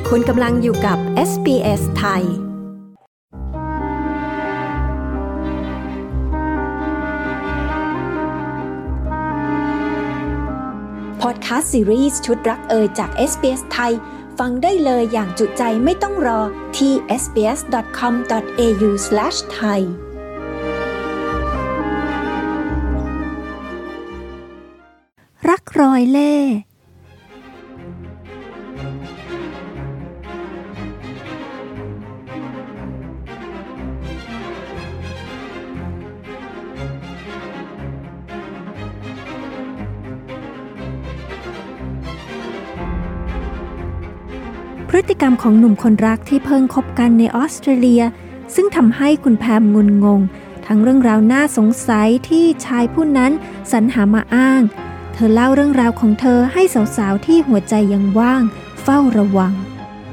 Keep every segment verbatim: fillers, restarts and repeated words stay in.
คุณกำลังอยู่กับ เอส บี เอส ไทยพอดแคสต์ซีรีส์ชุดรักเอ่ยจาก เอส บี เอส ไทยฟังได้เลยอย่างจุใจไม่ต้องรอที่ เอส บี เอส ดอท คอม ดอท เอ ยู สแลช ไทยรักรอยเล่พฤติกรรมของหนุ่มคนรักที่เพิ่งคบกันในออสเตรเลียซึ่งทำให้คุณแพมงุนงงทั้งเรื่องราวน่าสงสัยที่ชายผู้นั้นสรรหามาอ้างเธอเล่าเรื่องราวของเธอให้สาวๆที่หัวใจยังว่างเฝ้าระวัง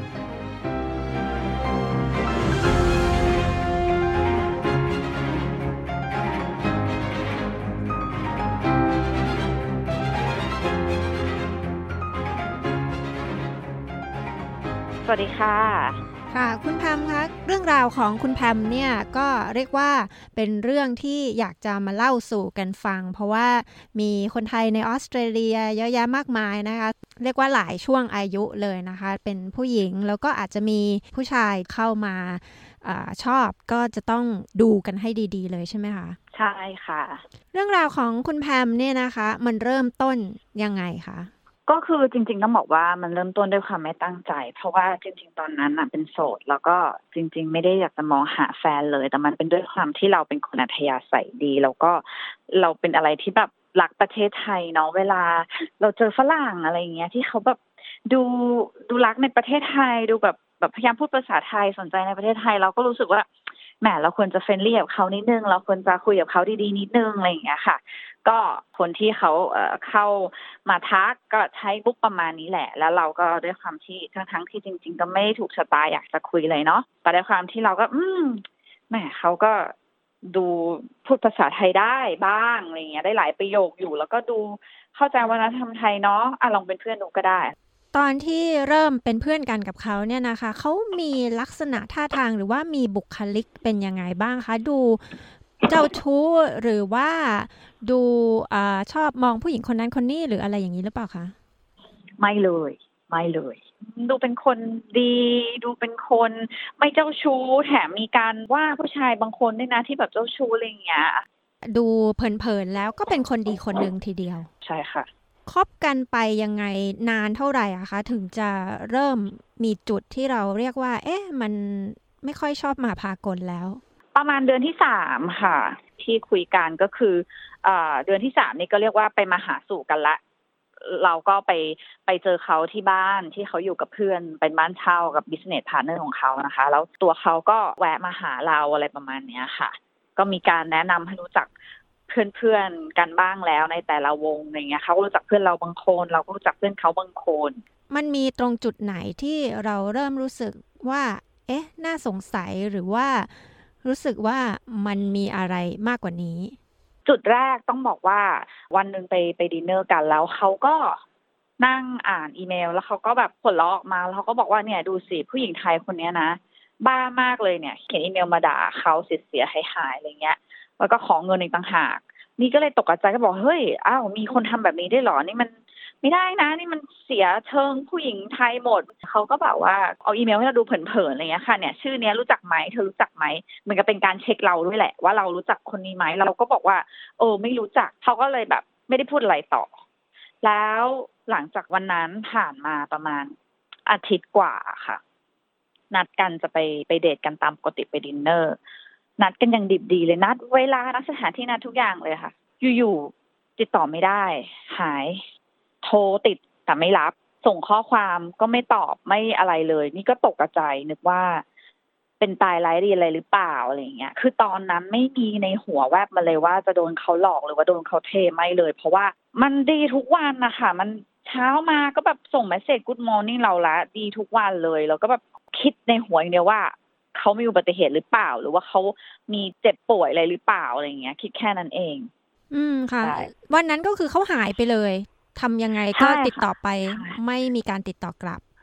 สวัสดีค่ะค่ะคุณแพมคะเรื่องราวของคุณแพมเนี่ยก็เรียกว่าเป็นเรื่องที่อยากจะมาเล่าสู่กันฟังเพราะว่ามีคนไทยในออสเตรเลียเยอะแยะมากมายนะคะเรียกว่าหลายช่วงอายุเลยนะคะเป็นผู้หญิงแล้วก็อาจจะมีผู้ชายเข้ามาอ่าชอบก็จะต้องดูกันให้ดีๆเลยใช่ไหมคะใช่ค่ะเรื่องราวของคุณแพมเนี่ยนะคะมันเริ่มต้นยังไงคะก็คือจริงๆต้องบอกว่ามันเริ่มต้นด้วยความไม่ตั้งใจเพราะว่าจริงๆตอนนั้นน่ะเป็นโสดแล้วก็จริงๆไม่ได้อยากจะมองหาแฟนเลยแต่มันเป็นด้วยความที่เราเป็นคนอัธยาศัยดีแล้วก็เราเป็นอะไรที่แบบรักประเทศไทยเนาะเวลาเราเจอฝรั่งอะไรอย่างเงี้ยที่เขาแบบดูดูรักในประเทศไทยดูแบบแบบพยายามพูดภาษาไทยสนใจในประเทศไทยเราก็รู้สึกว่าแหมเราควรจะเฟรนลี่กับเขานิดนึงเราควรจะคุยกับเขาดีๆนิดนึงอะไรอย่างเงี้ยค่ะก็คนที่เขาเอ่อเข้ามาทักก็ใช้บุ๊กประมาณนี้แหละแล้วเราก็ด้วยความที่ทั้งๆที่จริงๆก็ไม่ถูกชะตาอยากจะคุยเลยเนาะแต่ด้วยความที่เราก็อืมแหมเขาก็ดูพูดภาษาไทยได้บ้างอะไรอย่างเงี้ยได้หลายประโยคอยู่แล้วก็ดูเข้าใจวัฒนธรรมไทยเนาะอ่ะลองเป็นเพื่อนดูก็ได้ตอนที่เริ่มเป็นเพื่อนกันกับเขาเนี่ยนะคะเขามีลักษณะท่าทางหรือว่ามีบุคลิกเป็นยังไงบ้างคะดูเจ้าชู้หรือว่าดูอ่าชอบมองผู้หญิงคนนั้นคนนี้หรืออะไรอย่างนี้หรือเปล่าคะไม่เลยไม่เลยดูเป็นคนดีดูเป็นคนไม่เจ้าชู้แถมมีการว่าผู้ชายบางคนด้วยนะที่แบบเจ้าชู้อะไรอย่างเงี้ยดูเผินๆแล้วก็เป็นคนดีคนหนึ่งทีเดียวใช่ค่ะคบกันไปยังไงนานเท่าไหร่อะคะถึงจะเริ่มมีจุดที่เราเรียกว่าเอ๊ะมันไม่ค่อยชอบมาพากลแล้วประมาณเดือนที่สามค่ะที่คุยกันก็คือเอ่อเดือนที่สามนี่ก็เรียกว่าไปมาหาสู่กันละเราก็ไปไปเจอเขาที่บ้านที่เขาอยู่กับเพื่อนเป็นบ้านเช่ากับ business partner ของเขานะคะแล้วตัวเขาก็แวะมาหาเราอะไรประมาณนี้ค่ะก็มีการแนะนำให้รู้จักเพื่อนๆกันบ้างแล้วในแต่ละวงอะไรเงี้ยเขาก็รู้จักเพื่อนเราบางคนเราก็รู้จักเพื่อนเขาบางคนมันมีตรงจุดไหนที่เราเริ่มรู้สึกว่าเอ๊ะน่าสงสัยหรือว่ารู้สึกว่ามันมีอะไรมากกว่านี้จุดแรกต้องบอกว่าวันนึงไปไปดินเนอร์กันแล้วเขาก็นั่งอ่านอีเมลแล้วเขาก็แบบผลล้อออกมาแล้วเขาก็บอกว่าเนี่ยดูสิผู้หญิงไทยคนนี้นะบ้ามากเลยเนี่ยเขียนอีเมลมาด่าเขาเสียหายๆอะไรเงี้ยแล้วก็ขอเงินอีกต่างหากนี่ก็เลยตกใจก็บอกเฮ้ยอ้าวมีคนทำแบบนี้ได้หรอนี่มันไม่ได้นะนี่มันเสียเชิงผู้หญิงไทยหมดเขาก็แบบว่าเอาอีเมลให้เราดูเผินๆอะไรเงี้ยค่ะเนี่ยชื่อเนี้ยรู้จักไหมเธอรู้จักไหมเหมือนกับเป็นการเช็คเราด้วยแหละว่าเรารู้จักคนนี้ไหมเราก็บอกว่าเออไม่รู้จักเขาก็เลยแบบไม่ได้พูดอะไรต่อแล้วหลังจากวันนั้นผ่านมาประมาณอาทิตย์กว่าค่ะนัดกันจะไปไปเดทกันตามปกติไปดินเนอร์นัดกันอย่างดิบดีเลยนัดเวลานัดสถานที่นัดทุกอย่างเลยค่ะอยู่ๆติดต่อไม่ได้หายโทรติดแต่ไม่รับส่งข้อความก็ไม่ตอบไม่อะไรเลยนี่ก็ตกใจนึกว่าเป็นตายร้ายดีอะไรหรือเปล่าอะไรอย่างเงี้ยคือตอนนั้นไม่มีในหัวแวบมาเลยว่าจะโดนเขาหลอกหรือว่าโดนเขาเทไม่เลยเพราะว่ามันดีทุกวันนะคะมันเช้ามาก็แบบส่งเมสเสจ Good Morning เราละดีทุกวันเลยแล้วก็แบบคิดในหัวอย่างเดียวว่าเขามีอุบัติเหตุหรือเปล่าหรือว่าเขามีเจ็บป่วยอะไรหรือเปล่าอะไรอย่างเงี้ยคิดแค่นั้นเองอืมค่ะวันนั้นก็คือเขาหายไปเลยทำยังไงก็ติดต่อไปไม่มีการติดต่อกลับ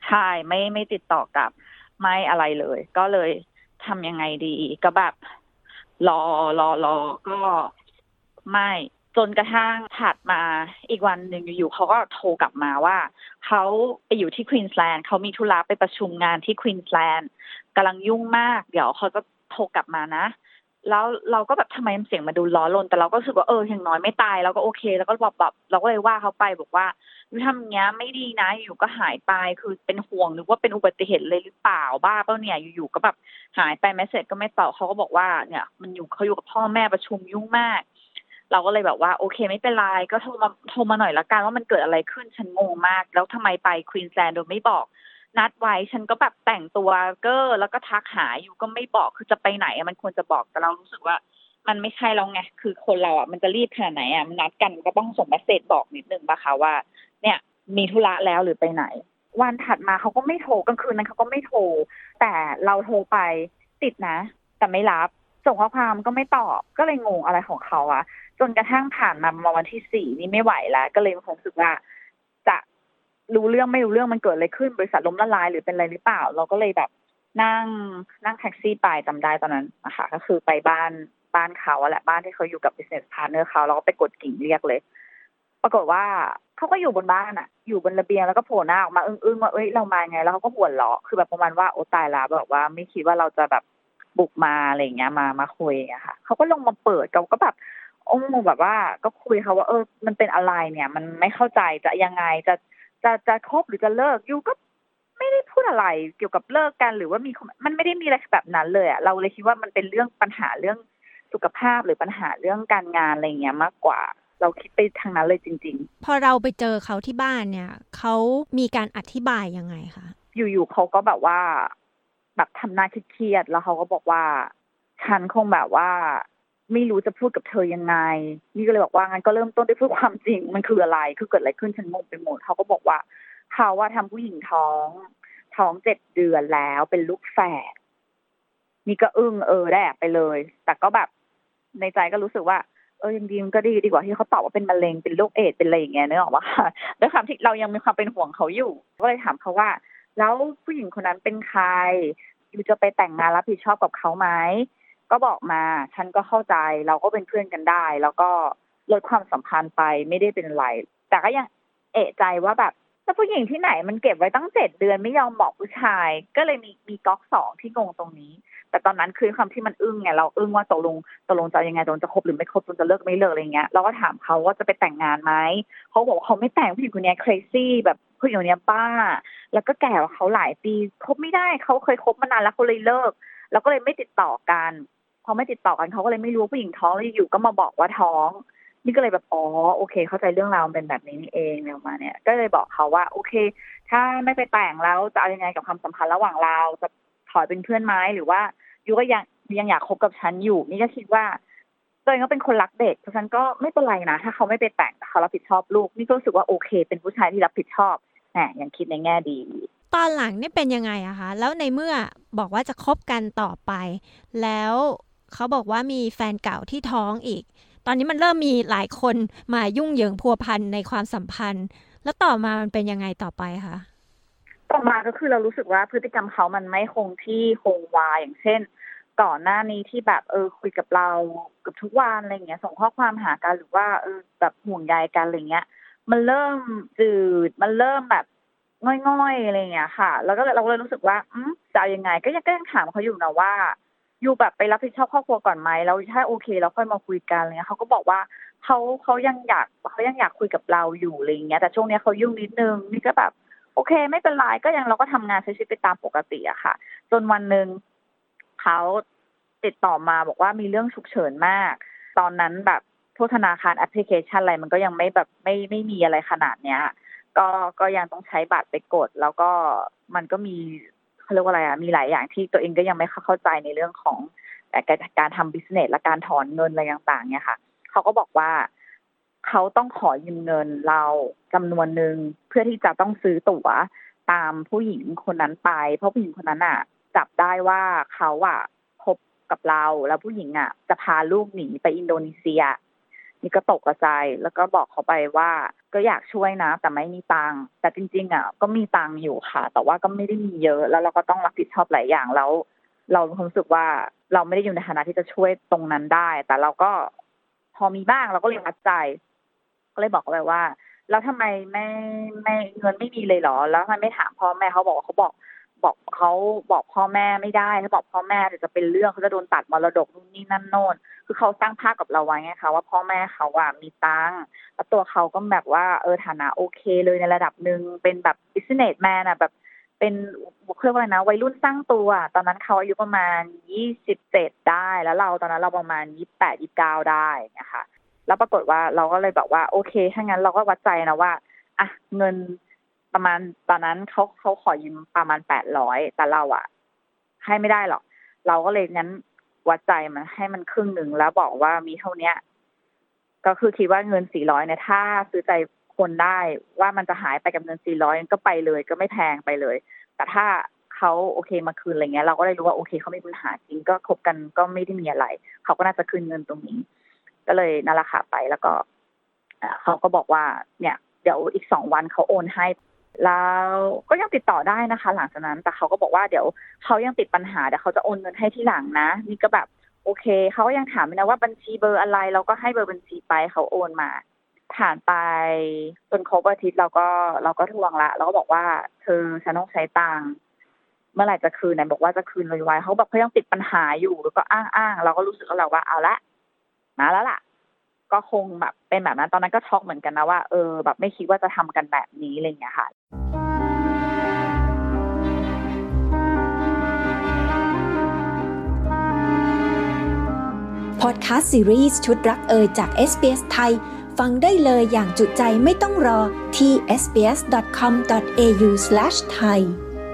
ใช่ไม่ไม่ติดต่อกลับไม่อะไรเลยก็เลยทำยังไงดีก็แบบรอรอรอก็ไม่จนกระทั่งถัดมาอีกวันหนึ่งอยู่ๆเขาก็โทรกลับมาว่าเขาไปอยู่ที่ควีนสแลนด์เขามีธุระไปประชุมงานที่ควีนสแลนด์กำลังยุ่งมากเดี๋ยวเขาจะโทรกลับมานะแล้วเราก็แบบทำไมเสียงมาดูล้อลนแต่เราก็รู้สึกว่าเอออย่างน้อยไม่ตายเราก็โอเคแล้วก็แบบแบบเราก็เลยว่าเขาไปบอกว่าอยู่ทำอย่างเงี้ยไม่ดีนะอยู่ก็หายไปคือเป็นห่วงหรือว่าเป็นอุบัติเหตุเลยหรือเปล่าบ้าเปล่าเนี่ยอยู่ๆก็แบบหายไปเมสเสจก็ไม่ตอบเขาก็บอกว่าเนี่ยมันอยู่เขาอยู่กับพ่อแม่ประชุมยุ่งมากเราก็เลยแบบว่าโอเคไม่เป็นไรก็โทรมาโทรมาหน่อยละกันว่ามันเกิดอะไรขึ้นฉันงงมากแล้วทำไมไปควีนสแลนด์โดยไม่บอกนัดไว้ฉันก็แบบแต่งตัวเก้อแล้วก็ทักหาอยู่ก็ไม่บอกคือจะไปไหนมันควรจะบอกแต่เรารู้สึกว่ามันไม่ใช่แล้วไงคือคนเราอ่ะมันจะรีบขนาดไหนอ่ะมันนัดกันก็ต้องส่งเมสเสจบอกนิดนึงป่ะคะว่าเนี่ยมีธุระแล้วหรือไปไหนวันถัดมาเขาก็ไม่โทรกลางคืนนั้นเขาก็ไม่โทรแต่เราโทรไปติดนะแต่ไม่รับส่งข้อความก็ไม่ตอบก็เลยงงอะไรของเขาอ่ะจนกระทั่งผ่านมาวันที่สี่นี่ไม่ไหวแล้วก็เลยมีความรู้สึกว่าจะรู้เรื่องไม่รู้เรื่องมันเกิดอะไรขึ้นบริษัทล้มละลายหรือเป็นอะไรหรือเปล่าเราก็เลยแบบนั่งนั่งแท็กซี่ไปจำได้ตอนนั้นนะคะก็คือไปบ้านบ้านเขาแหละบ้านที่เขาอยู่กับ business partner เขาเราก็ไปกดกิ่งเรียกเลยปรากฏว่าเขาก็อยู่บนบ้านอ่ะอยู่บนระเบียงแล้วก็โผล่หน้าออกมาอึ้งๆว่าเอ้ยเรามาไงแล้วเขาก็หัวเราะคือแบบประมาณว่าโอ้ตายละแบบว่าไม่คิดว่าเราจะแบบบุกมาอะไรอย่างเงี้ยมามาคุยอะค่ะเขาก็ลงมาเปิดเราก็แบบโอ้แบบว่าก็คุยเขาว่าเออมันเป็นอะไรเนี่ยมันไม่เข้าใจจะยังไงจะจะจะคบหรือจะเลิกยูก็ไม่ได้พูดอะไรเกี่ยวกับเลิกกันหรือว่ามีมันไม่ได้มีอะไรแบบนั้นเลยอ่ะเราเลยคิดว่ามันเป็นเรื่องปัญหาเรื่องสุขภาพหรือปัญหาเรื่องการงานอะไรเงี้ยมากกว่าเราคิดไปทางนั้นเลยจริงๆพอเราไปเจอเขาที่บ้านเนี่ยเขามีการอธิบายยังไงคะอยู่ๆเขาก็แบบว่าแบบทำหน้าเครียดแล้วเขาก็บอกว่าฉันคงแบบว่าไม่รู้จะพูดกับเธอยังไงนี่ก็เลยบอกว่างั้นก็เริ่มต้นด้วยพูดความจริงมันคืออะไรคือเกิดอะไรขึ้นฉันงงไปหมดเขาก็บอกว่าเขาว่าทำผู้หญิงท้องท้องเจ็ดเดือนแล้วเป็นลูกแฝดนี่ก็อึ้งเออได้ไปเลยแต่ก็แบบในใจก็รู้สึกว่าเออยังดีมันก็ดีดีกว่าที่เขาตอบว่าเป็นมะเร็งเป็นโรคเอดส์เป็นอะไรอย่างเงี้ยนึกออกป่ะด้วยความที่เรายังมีความเป็นห่วงเขาอยู่ก็เลยถามเขาว่าแล้วผู้หญิงคนนั้นเป็นใครอยู่จะไปแต่งงานรับผิดชอบกับเขาไหมก็บอกมาฉันก็เข้าใจเราก็เป็นเพื่อนกันได้แล้วก็ลดความสัมพันธ์ไปไม่ได้เป็นไรแต่ก็ยังเอะใจว่าแบบแล้วผู้หญิงที่ไหนมันเก็บไว้ตั้งเจ็ดเดือนไม่ยอมบอกผู้ชายก็เลยมีมีก๊อกสองที่งงตรงนี้แต่ตอนนั้นคือความที่มันอึ้งไงเราอึ้งว่าตกลงตกลงจะยังไงตกลงจะคบหรือไม่คบตกลงจะเลิกไม่เลิกอะไรเงี้ยเราก็ถามเขาว่าจะไปแต่งงานไหมเขาบอกว่าเขาไม่แต่งผู้หญิงคนนี้ crazy แบบผู้หญิงคนนี้บ้าแล้วก็แก่กว่าเขาหลายปีคบไม่ได้เขาเคยคบมานานแล้วเขาเลยเลิกแล้วก็เลยไม่ติดต่อกันพอไม่ติดต่อกันเขาก็เลยไม่รู้ผู้หญิงท้องอยู่ก็มาบอกว่าท้องนี่ก็เลยแบบอ๋อโอเคเข้าใจเรื่องราวเป็นแบบนี้นี่เองเนี่ยมาเนี่ยก็เลยบอกเขาว่าโอเคถ้าไม่ไปแต่งแล้วจะเอายังไงกับความสัมพันธ์ระหว่างเราจะถอยเป็นเพื่อนไหมหรือว่ายูก็ยังยังอยากคบกับฉันอยู่นี่ก็คิดว่าตัวเองก็เป็นคนรักเด็กเพราะฉะนั้นก็ไม่เป็นไรนะถ้าเขาไม่ไปแต่งเขารับผิดชอบลูกนี่ก็รู้สึกว่าโอเคเป็นผู้ชายที่รับผิดชอบแหมยังคิดในแง่ดีตอนหลังนี่เป็นยังไงอะคะแล้วในเมื่อบอกว่าจะคบกันต่อไปแล้วเขาบอกว่ามีแฟนเก่าที่ท้องอีกตอนนี้มันเริ่มมีหลายคนมายุ่งเหยิงพัวพันในความสัมพันธ์แล้วต่อมามันเป็นยังไงต่อไปคะต่อมาก็คือเรารู้สึกว่าพฤติกรรมเขามันไม่คงที่คงวาอย่างเช่นก่อนหน้านี้ที่แบบเออคุยกับเรากับทุกวันอะไรเงี้ยส่งข้อความหากันหรือว่าเออแบบห่วงใยกันอะไรเงี้ยมันเริ่มจืดมันเริ่มแบบง่อยๆอะไรเงี้ยค่ะแล้วก็เราเลยรู้สึกว่าอืมจะเอายังไงก็ยังก็ยังถามเขาอยู่นะว่าอยู่แบบไปรับผิดชอบครอบครัวก่อนไหมแล้วถ้าโอเคแล้วค่อยมาคุยกันอะไรเงี้ยเขาก็บอกว่าเขาเขายังอยากเขายังอยากคุยกับเราอยู่อะไรเงี้ยแต่ช่วงนี้เขายุ่งนิดนึงนี่ก็แบบโอเคไม่เป็นไรก็ยังเราก็ทำงานใช้ชีวิตไปตามปกติอะค่ะจนวันนึงเขาติดต่อมาบอกว่ามีเรื่องฉุกเฉินมากตอนนั้นแบบพวกธนาคารแอปพลิเคชันอะไรมันก็ยังไม่แบบไม่ไม่มีอะไรขนาดเนี้ยก็ก็ยังต้องใช้บัตรไปกดแล้วก็มันก็มีเขาเรียกว่าอะไรอ่ะมีหลายอย่างที่ตัวเองก็ยังไม่เข้าใจในเรื่องของการทำบิสเนสและการถอนเงินอะไรต่างๆเนี่ยค่ะเขาก็บอกว่าเขาต้องขอยืมเงินเราจำนวนนึงเพื่อที่จะต้องซื้อตั๋วตามผู้หญิงคนนั้นไปเพราะผู้หญิงคนนั้นอ่ะจับได้ว่าเขาอ่ะคบกับเราแล้วผู้หญิงอ่ะจะพาลูกหนีไปอินโดนีเซียนี่ก็ตกใจแล้วก็บอกเขาไปว่าก็อยากช่วยนะแต่ไม่มีตังค์แต่จริงๆอ่ะก็มีตังค์อยู่ค่ะแต่ว่าก็ไม่ได้มีเยอะแล้วเราก็ต้องรับผิดชอบหลายอย่างแล้วเรารู้สึกว่าเราไม่ได้อยู่ในฐานะที่จะช่วยตรงนั้นได้แต่เราก็พอมีบ้างเราก็เลยวัดใจก็เลยบอกเขาไปว่าแล้วทำไมไม่ไม่เงินไม่มีเลยเหรอแล้วทำไมไม่ถามพ่อแม่เขาบอกว่าเขาบอกบอกเขาบอกพ่อแม่ไม่ได้เขาบอกพ่อแม่เดี๋ยวจะเป็นเรื่องเขาจะโดนตัดมรดกนู่นนี่นั่นโน่นคือเขาสร้างภาพกับเราไว้ไงคะว่าพ่อแม่เขาอ่ะมีตังค์แล้วตัวเขาก็แบบว่าเออฐานะโอเคเลยในระดับนึงเป็นแบบ businessman อ่ะแบบเป็นเรียกว่าอะไรนะวัยรุ่นสร้างตัวตอนนั้นเขาอายุประมาณยี่สิบเจ็ดได้แล้วเราตอนนั้นเราประมาณยี่สิบแปด ยี่สิบเก้าได้นะคะแล้วปรากฏว่าเราก็เลยแบบว่าโอเคถ้างั้นเราก็วัดใจนะว่าอ่ะเงินประมาณตอนนั้นเขาเขาขอยืมประมาณแปดร้อยแต่เราอ่ะให้ไม่ได้หรอกเราก็เลยงั้นวัดใจมันให้มันครึ่งนึงแล้วบอกว่ามีเท่านี้ก็คือคิดว่าเงินสี่ร้อยเนี่ยถ้าซื้อใจคนได้ว่ามันจะหายไปกับเงินสี่ร้อยก็ไปเลยก็ไม่แพงไปเลยแต่ถ้าเขาโอเคมาคืนอะไรเงี้ยเราก็ได้รู้ว่าโอเคเขาไม่มีปัญหาจริงก็คบกันก็ไม่ได้มีอะไรเขาก็น่าจะคืนเงินตรงนี้ก็เลยนั่นแหละค่ะไปแล้วก็เขาก็บอกว่าเนี่ยเดี๋ยวอีกสองวันเขาโอนให้แล้วก็ยังติดต่อได้นะคะหลังจากนั้นแต่เขาก็บอกว่าเดี๋ยวเขายังติดปัญหาเดี๋ยวเขาจะโอนเงินให้ที่หลังนะนี่ก็แบบโอเคเขายังถามนะว่าบัญชีเบอร์อะไรเราก็ให้เบอร์บัญชีไปเขาโอนมาผ่านไปจนครบอาทิตย์เราก็เราก็ทวงละเราก็บอกว่าเธอฉันต้องใช้ตังค์เมื่อไหร่จะคืนไหนบอกว่าจะคืนไวๆเขาบอกเขายังติดปัญหาอยู่แล้วก็อ้างๆเราก็รู้สึกแล้วว่าเอาละมาแล้วล่ะก็คงแบบเป็นแบบนั้นตอนนั้นก็ช็อกเหมือนกันนะว่าเออแบบไม่คิดว่าจะทำกันแบบนี้อะไรอย่างเงี้ยค่ะพอดแคสต์ซีรีส์ชุดรักเอ่ยจาก เอส บี เอส ไทยฟังได้เลยอย่างจุใจไม่ต้องรอที่ เอส บี เอส ดอท คอม ดอท เอ ยู สแลช ไทย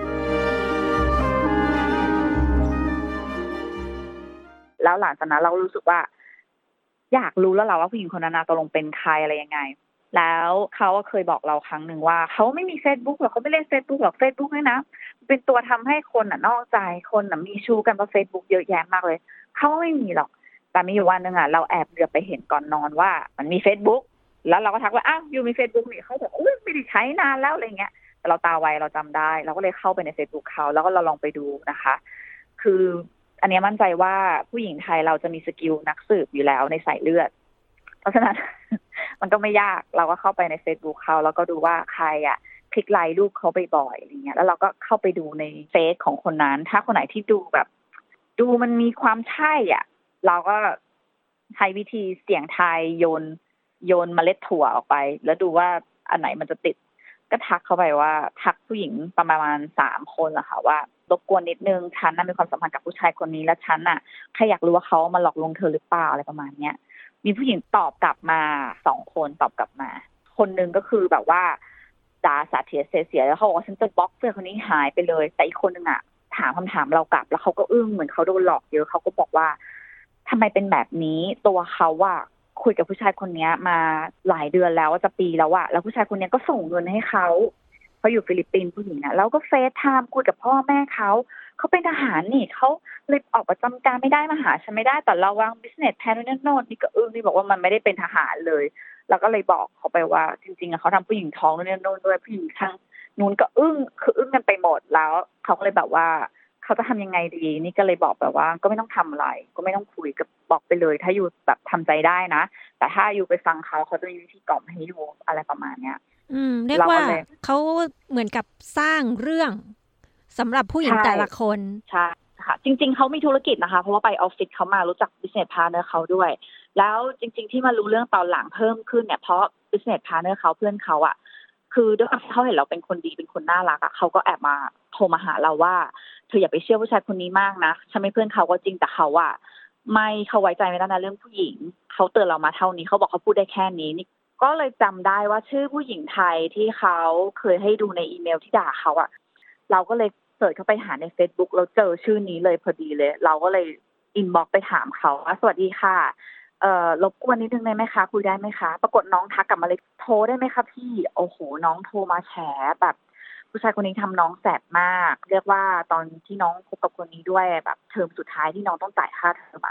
แล้วหลังจากนั้นเรารู้สึกว่าอยากรู้แล้วเราว่าผู้หญิงคนนั้นตกลงเป็นใครอะไรยังไงแล้วเขาเคยบอกเราครั้งหนึ่งว่าเขาไม่มี Facebook หรอกเขาไม่เล่น Facebook หรอก Facebook เนี่ยนะเป็นตัวทำให้คนน่ะนอกใจคนน่ะมีชู้กันเพราะ Facebook เยอะแยะมากเลยเขาไม่มีหรอกแต่มีอยู่วันนึงอ่ะเราแอบเหลือบไปเห็นก่อนนอนว่ามันมี Facebook แล้วเราก็ทักว่าอ้าวยูมี Facebook นี่เขาบอกอุ๊ยไม่ได้ใช้นานแล้วอะไรเงี้ยแต่เราตาไวเราจำได้เราก็เลยเข้าไปใน Facebook เขาแล้วก็เราลองไปดูนะคะคืออันนี้มั่นใจว่าผู้หญิงไทยเราจะมีสกิลนักสืบอยู่แล้วในสายเลือดเพราะฉะนั้น มันก็ไม่ยากเราก็เข้าไปใน Facebook เขาแล้วก็ดูว่าใครอ่ะคลิกไลค์รูปเขาบ่อยๆอะไรเงี้ยแล้วเราก็เข้าไปดูในเฟซของคนนั้นถ้าคนไหนที่ดูแบบดูมันมีความใช่อ่ะเราก็ใช้วิธีเสี่ยงทายโยนโยนเมล็ดถั่วออกไปแล้วดูว่าอันไหนมันจะติดก็ทักเข้าไปว่าทักผู้หญิงประมาณสามคนอะค่ะว่ารบกวนนิดนึงฉันน่ะมีความสัมพันธ์กับผู้ชายคนนี้และฉันน่ะแค่อยากรู้ว่าเขามาหลอกลวงเธอหรือเปล่าอะไรประมาณเนี้ยมีผู้หญิงตอบกลับมาสองคนตอบกลับมาคนนึงก็คือแบบว่าด่าสาเสียเสียแล้วเขาบอกว่าฉันจะบล็อกเพื่อนคนนี้หายไปเลยแต่อีกคนนึงอะถามคำถามเรากลับแล้วเขาก็อึ้งเหมือนเขาโดนหลอกเยอะเขาก็บอกว่าทำไมเป็นแบบนี้ตัวเขาอะคุยกับผู้ชายคนนี้มาหลายเดือนแล้วจะปีแล้วอะแล้วผู้ชายคนนี้ก็ส่งเงินให้เขาเขาอยู่ฟิลิปปินส์ผู้หญิงนะแล้วก็เฟซไทม์คุยกับพ่อแม่เขาเขาเป็นทหารนี่เขาเลยออกประจำการไม่ได้มาหาฉันไม่ได้แต่เราวาง business plan นั่นโน่นนี่ก็อึ้งนี่บอกว่ามันไม่ได้เป็นทหารเลยแล้วก็เลยบอกเขาไปว่าจริงๆอะเขาทำผู้หญิงท้องนั่นโน่นด้วยผู้หญิงทางนู้นก็อึ้งคืออึ้งกันไปหมดแล้วเขาก็เลยแบบว่าเขาจะทำยังไงดีนี่ก็เลยบอกแบบว่าก็ไม่ต้องทำอะไรก็ไม่ต้องคุยกับบอกไปเลยถ้าอยู่แบบทำใจได้นะแต่ถ้าอยู่ไปฟังเขาเขาจะมีวิธีกล่อมให้อยู่อะไรประมาณเนี้ยอืมเรียกว่าเขาเหมือนกับสร้างเรื่องสำหรับผู้หญิงแต่ละคนใช่ค่ะจริงๆเขามีธุรกิจนะคะเพราะว่าไปออฟฟิศเขามารู้จัก business partner เขาด้วยแล้วจริงๆที่มารู้เรื่องตอนหลังเพิ่มขึ้นเนี่ยเพราะ business partner เขาเพื่อนเขาอ่ะคือด้วยความที่เขาเห็นเราเป็นคนดีเป็นคนน่ารักอ่ะเขาก็แอบมาโทรมาหาเราว่าเธออย่าไปเชื่อผู้ชายคนนี้มากนะฉันไม่เพื่อนเขาก็จริงแต่เขาอ่ะไม่เขาไว้ใจไม่ได้นะเรื่องผู้หญิงเขาเตือนเรามาเท่านี้เขาบอกเขาพูดได้แค่นี้นี่ก็เลยจำได้ว่าชื่อผู้หญิงไทยที่เขาเคยให้ดูในอีเมลที่ด่าเขาอ่ะเราก็เลยเสิร์ชเข้าไปหาใน Facebook เราเจอชื่อนี้เลยพอดีเลยเราก็เลยอินบ็อกซ์ไปถามเขาว่าสวัสดีค่ะเอ่อรบกวนนิดนึงได้ไหมคะคุยได้ไหมคะปรากฏน้องทักกลับมาเลยโทรได้ไหมคะพี่โอ้โหน้องโทรมาแฉแบบผู้ชายคนนี้ทำน้องแสบมากเรียกว่าตอนที่น้องคบกับคนนี้ด้วยแบบเทอมสุดท้ายที่น้องต้องจ่ายค่าเทอมอะเขา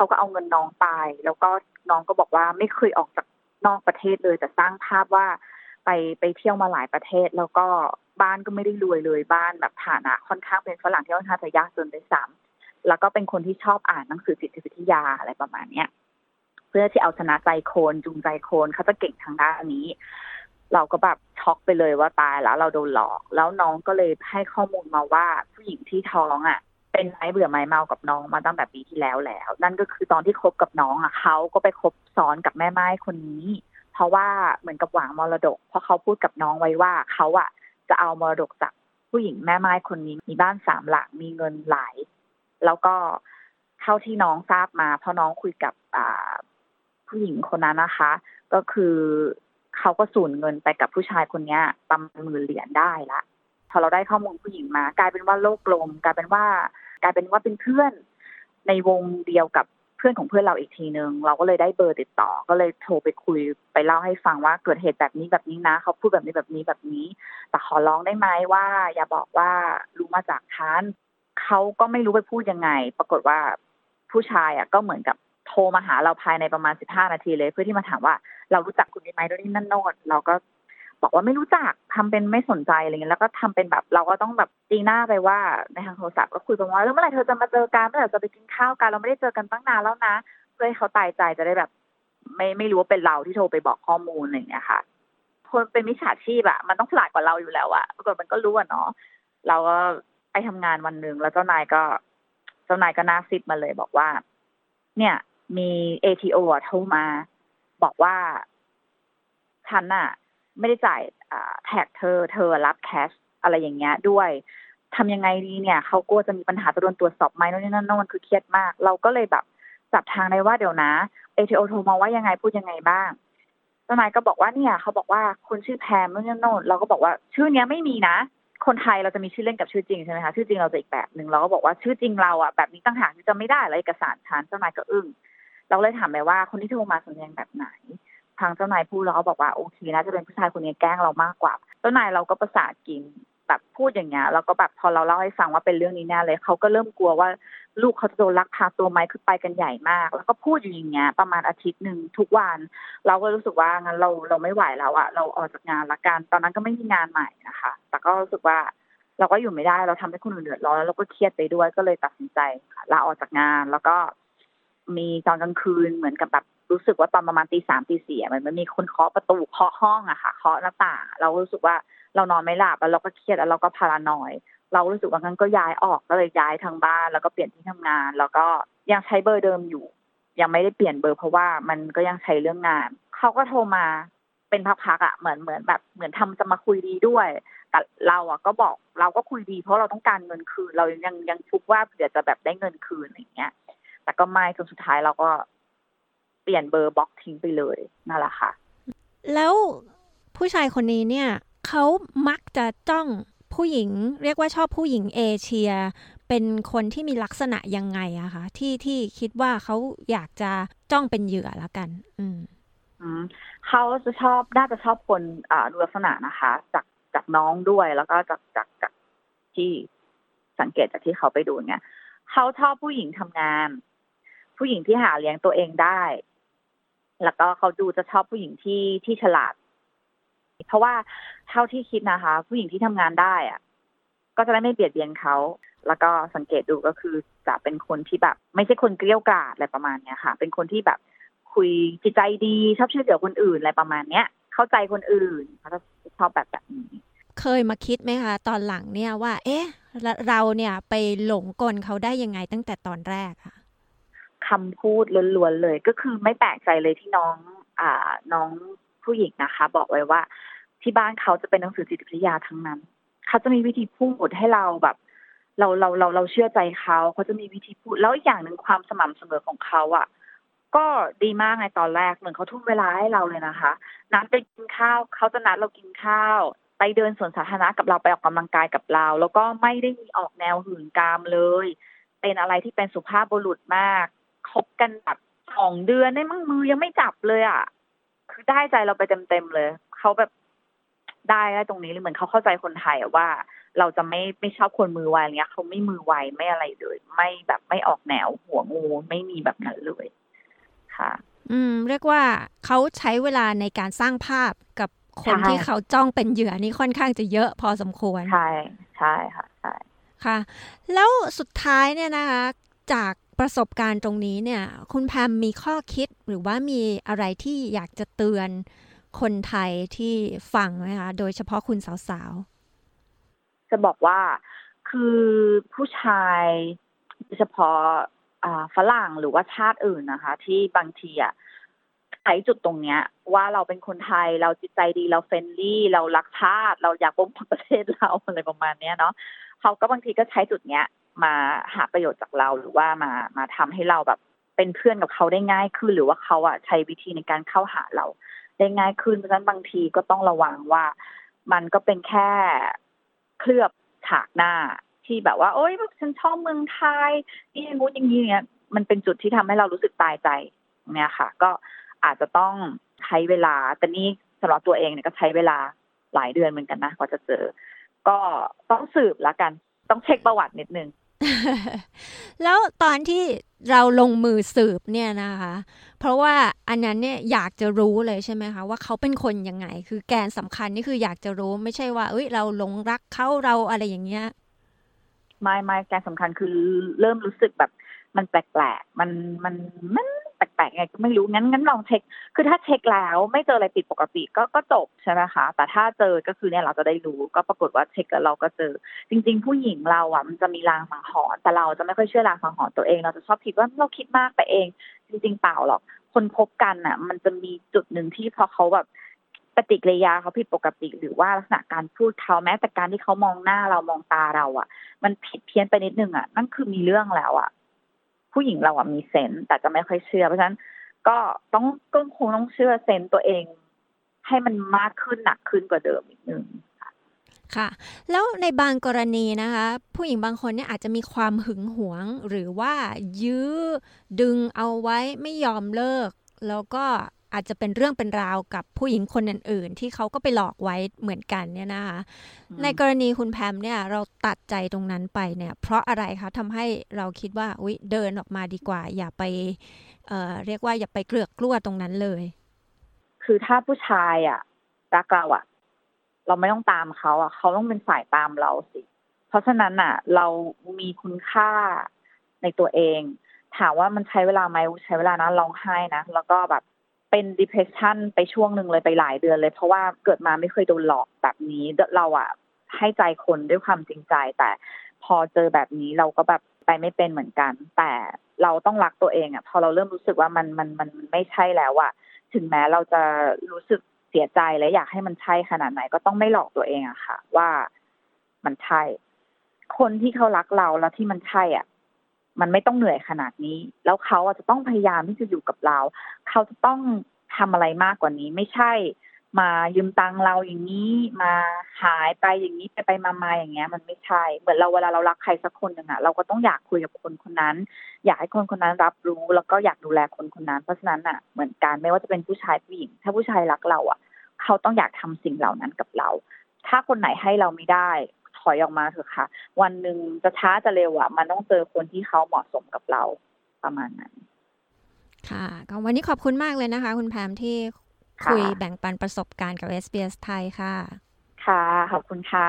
เขาก็เอาเงินน้องไปแล้วก็น้องก็บอกว่าไม่เคยออกจากนอกประเทศเลยแต่สร้างภาพว่าไปไปเที่ยวมาหลายประเทศแล้วก็บ้านก็ไม่ได้รวยเลยบ้านแบบฐานะค่อนข้างเป็นฝรั่งที่ค่อนข้างจะยากจนด้วยซ้ำแล้วก็เป็นคนที่ชอบอ่านหนังสือจิตวิทยาอะไรประมาณเนี้ยเพื่อที่เอาชนะใจคนจูงใจคนเขาจะเก่งทางด้านนี้เราก็แบบช็อกไปเลยว่าตายแล้วเราโดนหลอกแล้วน้องก็เลยให้ข้อมูลมาว่าผู้หญิงที่ท้องอ่ะเป็นไม้เบื่อไม้เมากับน้องมาตั้งแต่ปีที่แล้วแล้วนั่นก็คือตอนที่คบกับน้องอ่ะเขาก็ไปคบซ้อนกับแม่ไม้คนนี้เพราะว่าเหมือนกับหวังมรดกเพราะเขาพูดกับน้องไว้ว่าเขาอ่ะจะเอามรดกจากผู้หญิงแม่ไม้คนนี้มีบ้านสามหลังมีเงินหลายแล้วก็เท่าที่น้องทราบมาเพราะน้องคุยกับอ่าผู้หญิงคนนั้นนะคะก็คือเขาก็สูญเงินไปกับผู้ชายคนนี้ประมาณหมื่นเหรียญได้ละพอเราได้ข้อมูลผู้หญิงมากลายเป็นว่าโลกกลมกลายเป็นว่ากลายเป็นว่าเป็นเพื่อนในวงเดียวกับเพื่อนของเพื่อนเราอีกทีนึงเราก็เลยได้เบอร์ติดต่อก็เลยโทรไปคุยไปเล่าให้ฟังว่าเกิดเหตุแบบนี้แบบนี้นะเขาพูดแบบนี้แบบนี้แบบนี้แต่ขอร้องได้ไหมว่าอย่าบอกว่ารู้มาจากฉันเขาก็ไม่รู้ไปพูดยังไงปรากฏว่าผู้ชายอ่ะก็เหมือนกับโทรมาหาเราภายในประมาณสิบห้านาทีเลยเพื่อที่มาถามว่าเรารู้จักคุณได้ไหมโดยที่นั่นโน่นเราก็บอกว่าไม่รู้จักทำเป็นไม่สนใจอะไรเงี้ยแล้วก็ทำเป็นแบบเราก็ต้องแบบตีหน้าไปว่าในทางโทรศัพท์ก็คุยกันว่าแล้วเมื่อไหร่เธอจะมาเจอกันเมื่อไหร่จะไปกินข้าวกันเราไม่ได้เจอกันตั้งนานแล้วนะเพื่อให้เขาตายใจจะได้แบบไม่ไม่รู้ว่าเป็นเราที่โทรไปบอกข้อมูลอะไรอย่างเงี้ยค่ะคนเป็นมิจฉาชีพอะมันต้องฉลาดกว่าเราอยู่แล้วอะปรากฏมันก็รู้อะเนาะเราก็ไปทำงานวันนึงแล้วเจ้านายก็เจ้านายก็น่าซิดมาเลยบอกว่าเนี่ยมี เอ ที โอ อ่ะโทรมาบอกว่าฉันน่ะไม่ได้จ่ายแท็กเธอเธอรับแคชอะไรอย่างเงี้ยด้วยทำยังไงดีเนี่ยเขากลัวจะมีปัญหาจะโดนตรวจสอบไหมโน่นนี่นั่นโน่นคือเครียดมากเราก็เลยแบบจับทางได้ว่าเดี๋ยวนะ เอ ที โอ โทรมาว่ายังไงพูดยังไงบ้างเจ้านายก็บอกว่าเนี่ยเขาบอกว่าคุณชื่อแพมโน่นนี่นั่นโน่นเราก็บอกว่าชื่อเนี้ยไม่มีนะคนไทยเราจะมีชื่อเล่นกับชื่อจริงใช่ไหมคะชื่อจริงเราจะอีกแบบนึงเราก็บอกว่าชื่อจริงเราอ่ะแบบนี้ต่างหากที่จะไม่ได้แล้วเอกสารฉันเจ้านายก็อึ้งเราเลยถามไปว่าคนที่โทรมาสำเนียงแบบไหนทางเจ้านายพูดแล้วเขาบอกว่าโอเคน่าจะเป็นผู้ชายคนนี้แกล้งเรามากกว่าเจ้านายเราก็ประสาทกินแบบพูดอย่างเงี้ยแล้วก็แบบพอเราเล่าให้ฟังว่าเป็นเรื่องนี้แน่เลยเขาก็เริ่มกลัวว่าลูกเขาจะโดนลักพาตัวไหมคือไปกันใหญ่มากแล้วก็พูดอยู่อย่างเงี้ยประมาณอาทิตย์นึงทุกวันเราก็รู้สึกว่างั้นเราเราไม่ไหวแล้วอะเราออกจากงานละกันตอนนั้นก็ไม่มีงานใหม่นะคะแต่ก็รู้สึกว่าเราก็อยู่ไม่ได้เราทำให้คนอื่นเดือดร้อนแล้วเราก็เครียดไปด้วยก็เลยตัดสินใจลาออกจากงานแล้วก็มีตอนกลางคืนเหมือนกับแบบรู้สึกว่าตอนประมาณตีสามตีสี่มันมันมีคนเคาะประตูเคาะห้องอะค่ะเคาะหน้าต่างเรารู้สึกว่าเรานอนไม่หลับแล้วเราก็เครียดแล้วเราก็พารานอยด์เรารู้สึกว่างั้นก็ย้ายออกก็เลยย้ายทางบ้านแล้วก็เปลี่ยนที่ทำงานแล้วก็ยังใช้เบอร์เดิมอยู่ยังไม่ได้เปลี่ยนเบอร์เพราะว่ามันก็ยังใช้เรื่องงานเขาก็โทรมาเป็นพักๆอะเหมือนเหมือนแบบเหมือนทำจะมาคุยดีด้วยแต่เราอะก็บอกเราก็คุยดีเพราะเราต้องการเงินคืนเรายังยังฟุกว่าเดี๋ยวจะแบบได้เงินคืนอะไรอย่างเงี้ยแต่ก็ไม่จนสุดท้ายเราก็เปลี่ยนเบอร์บล็อกทิ้งไปเลยนั่นแหละค่ะแล้วผู้ชายคนนี้เนี่ยเขามักจะจ้องผู้หญิงเรียกว่าชอบผู้หญิงเอเชียเป็นคนที่มีลักษณะยังไงอะคะที่ที่คิดว่าเขาอยากจะจ้องเป็นเหยื่อละกันอืมอืมเขาจะชอบน่าจะชอบคนอ่าดูลักษณะนะคะจากจากน้องด้วยแล้วก็จากจากจากที่สังเกตจากที่เขาไปดูเนี่ยเขาชอบผู้หญิงทำงานผู้หญิงที่หาเลี้ยงตัวเองได้แล้วก็เขาดูจะชอบผู้หญิงที่ที่ฉลาดเพราะว่าเท่าที่คิดนะคะผู้หญิงที่ทำงานได้อะก็จะได้ไม่เบียดเบียนเขาแล้วก็สังเกตดูก็คือจะเป็นคนที่แบบไม่ใช่คนเกลี้ยกล่อมอะไรประมาณเนี้ยค่ะเป็นคนที่แบบคุยจิตใจดีชอบช่วยเหลือคนอื่นอะไรประมาณเนี้ยเข้าใจคนอื่นเขาจะชอบแบบแบบนี้เคยมาคิดไหมคะตอนหลังเนี่ยว่าเอ๊ะเราเนี่ยไปหลงกลเขาได้ยังไงตั้งแต่ตอนแรกอะคำพูดล้วนๆเลยก็คือไม่แปลกใจเลยที่น้องอ่าน้องผู้หญิงนะคะบอกไว้ว่าที่บ้านเขาจะเป็นหนังสือจิตวิทยาทั้งนั้นเขาจะมีวิธีพูดให้เราแบบเราเราเราเราเชื่อใจเขาเขาจะมีวิธีพูดแล้วอีกอย่างหนึ่งความสม่ำเสมอของเขาอ่ะก็ดีมากในตอนแรกเหมือนเขาทุ่มเวลาให้เราเลยนะคะนัดไปกินข้าวเขาจะนัดเรากินข้าวไปเดินสวนสาธารณะกับเราไปออกกำลังกายกับเราแล้วก็ไม่ได้มีออกแนวหื่นกามเลยเป็นอะไรที่เป็นสุภาพบุรุษมากคบกันแบบสองเดือนได้มั้งมือยังไม่จับเลยอ่ะคือได้ใจเราไปเต็มๆเลยเขาแบบได้ได้ตรงนี้เลยเหมือนเขาเข้าใจคนไทยอะว่าเราจะไม่ไม่ชอบคนมือไวอะไรเงี้ยเขาไม่มือไวไม่อะไรเลยไม่แบบไม่ออกแนวหัวงูไม่มีแบบนั้นเลยค่ะอืมเรียกว่าเขาใช้เวลาในการสร้างภาพกับคนที่เขาจ้องเป็นเหยื่อนี่ค่อนข้างจะเยอะพอสมควรใช่ใช่ค่ะใช่ค่ะแล้วสุดท้ายเนี่ยนะคะจากประสบการณ์ตรงนี้เนี่ยคุณแพมมีข้อคิดหรือว่ามีอะไรที่อยากจะเตือนคนไทยที่ฟังไหมคะโดยเฉพาะคุณสาวๆจะบอกว่าคือผู้ชายโดยเฉพาะฝรั่งหรือว่าชาติอื่นนะคะที่บางทีอ่ะใช้จุดตรงเนี้ยว่าเราเป็นคนไทยเราจิตใจดีเราเฟรนลี่เรารักชาติเราอยากปกป้องประเทศเราอะไรประมาณนี้เนาะเขาก็บางทีก็ใช้จุดเนี้ยมาหาประโยชน์จากเราหรือว่ามามาทำให้เราแบบเป็นเพื่อนกับเขาได้ง่ายขึ้นหรือว่าเขาอ่ะใช้วิธีในการเข้าหาเราได้ง่ายขึ้นเพราะฉะนั้นบางทีก็ต้องระวังว่ามันก็เป็นแค่เคลือบฉากหน้าที่แบบว่าโอ๊ยฉันชอบเมืองไทยนี่อย่างงู้นอย่างนี้เนี่ยมันเป็นจุดที่ทำให้เรารู้สึกตายใจเนี่ยค่ะก็อาจจะต้องใช้เวลาแต่นี่สำหรับตัวเองเนี่ยก็ใช้เวลาหลายเดือนเหมือนกันนะกว่าจะเจอก็ต้องสืบแล้วกันต้องเช็คประวัตินิดนึงแล้วตอนที่เราลงมือสืบเนี่ยนะคะเพราะว่าอันนั้นเนี่ยอยากจะรู้เลยใช่ไหมคะว่าเขาเป็นคนยังไงคือแกนสำคัญนี่คืออยากจะรู้ไม่ใช่ว่าเอ้ยเราหลงรักเขาเราอะไรอย่างเงี้ยไม่ไม่แกนสำคัญคือเริ่มรู้สึกแบบมันแปลกๆมันมันมันแปลกๆไงก็ไม่รู้งั้นงั้นลองเช็คคือถ้าเช็คแล้วไม่เจออะไรผิดปกติก็ก็จบใช่ไหมคะแต่ถ้าเจอก็คือเนี่ยเราจะได้รู้ก็ปรากฏว่าเช็คแล้วเราก็เจอจริงๆผู้หญิงเราอ่ะมันจะมีลางสังหรณ์แต่เราจะไม่ค่อยเชื่อลางสังหรณ์ตัวเองเราจะชอบคิดว่าเราคิดมากไปเองจริงๆเปล่าหรอกคนพบกันอ่ะมันจะมีจุดหนึ่งที่พอเขาแบบปฏิกิริยาเขาผิดปกติหรือว่าลักษณะการพูดเขาแม้แต่การที่เขามองหน้าเรามองตาเราอ่ะมันผิดเพี้ยนไปนิดนึงอ่ะนั่นคือมีเรื่องแล้วอ่ะผู้หญิงเราอ่ะมีเซนส์แต่จะไม่ค่อยเชื่อเพราะฉะนั้นก็ต้องก็คงต้องเชื่อเซนส์ตัวเองให้มันมากขึ้นหนักขึ้นกว่าเดิมอีกนึงค่ะแล้วในบางกรณีนะคะผู้หญิงบางคนเนี่ยอาจจะมีความหึงหวงหรือว่ายื้อดึงเอาไว้ไม่ยอมเลิกแล้วก็อาจจะเป็นเรื่องเป็นราวกับผู้หญิงคนอื่นๆที่เขาก็ไปหลอกไว้เหมือนกันเนี่ยนะคะในกรณีคุณแพมเนี่ยเราตัดใจตรงนั้นไปเนี่ยเพราะอะไรคะทำให้เราคิดว่าอุ๊ยเดินออกมาดีกว่าอย่าไปเอ่อเรียกว่าอย่าไปเกลือกกลัวตรงนั้นเลยคือถ้าผู้ชายอ่ะรักเราอ่ะเราไม่ต้องตามเขาอ่ะเขาต้องเป็นฝ่ายตามเราสิเพราะฉะนั้นอ่ะเรามีคุณค่าในตัวเองถามว่ามันใช้เวลาไหมใช้เวลานะร้องไห้นะแล้วก็แบบเป็น depression ไปช่วงนึงเลยไปหลายเดือนเลยเพราะว่าเกิดมาไม่เคยโดนหลอกแบบนี้เราอ่ะให้ใจคนด้วยความจริงใจแต่พอเจอแบบนี้เราก็แบบไปไม่เป็นเหมือนกันแต่เราต้องรักตัวเองอ่ะพอเราเริ่มรู้สึกว่ามันมันมันไม่ใช่แล้วอ่ะถึงแม้เราจะรู้สึกเสียใจและอยากให้มันใช่ขนาดไหนก็ต้องไม่หลอกตัวเองอะค่ะว่ามันใช่คนที่เขารักเราแล้วที่มันใช่อ่ะมันไม่ต้องเหนื่อยขนาดนี้แล้วเขาจะต้องพยายามที่จะอยู่กับเราเขาจะต้องทำอะไรมากกว่านี้ไม่ใช่มายืมตังเราอย่างนี้มาหายไปอย่างนี้ไปไปมาๆอย่างเงี้ยมันไม่ใช่เหมือนเราเวลาเรารักใครสักคนนึงอะเราก็ต้องอยากคุยกับคนคนนั้นอยากให้คนคนนั้นรับรู้แล้วก็อยากดูแลคนคนนั้นเพราะฉะนั้นอะเหมือนกันไม่ว่าจะเป็นผู้ชายผู้หญิงถ้าผู้ชายรักเราอะเขาต้องอยากทำสิ่งเหล่านั้นกับเราถ้าคนไหนให้เราไม่ได้ถอยออกมาเถอะค่ะวันหนึ่งจะช้าจะเร็วอะมันต้องเจอคนที่เขาเหมาะสมกับเราประมาณนั้นค่ะก็วันนี้ขอบคุณมากเลยนะคะคุณแพมที่คุยแบ่งปันประสบการณ์กับ เอส บี เอส ไทยค่ะค่ะขอบคุณค่ะ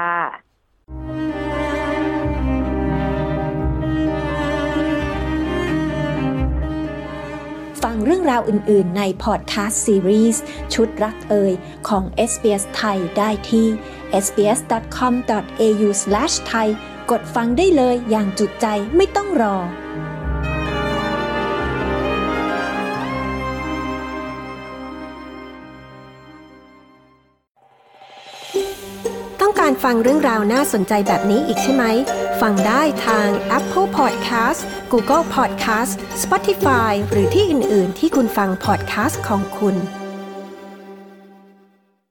ฟังเรื่องราวอื่นๆในพอดคาสต์ซีรีส์ชุดรักเอ่ยของ เอส บี เอส ไทยได้ที่ เอส บี เอส ดอท คอม ดอท เอ ยู สแลช ไทย กดฟังได้เลยอย่างจุใจไม่ต้องรอต้องการฟังเรื่องราวน่าสนใจแบบนี้อีกใช่ไหมฟังได้ทาง Apple Podcast Google Podcast Spotify หรือที่อื่นๆที่คุณฟัง podcast ของคุณ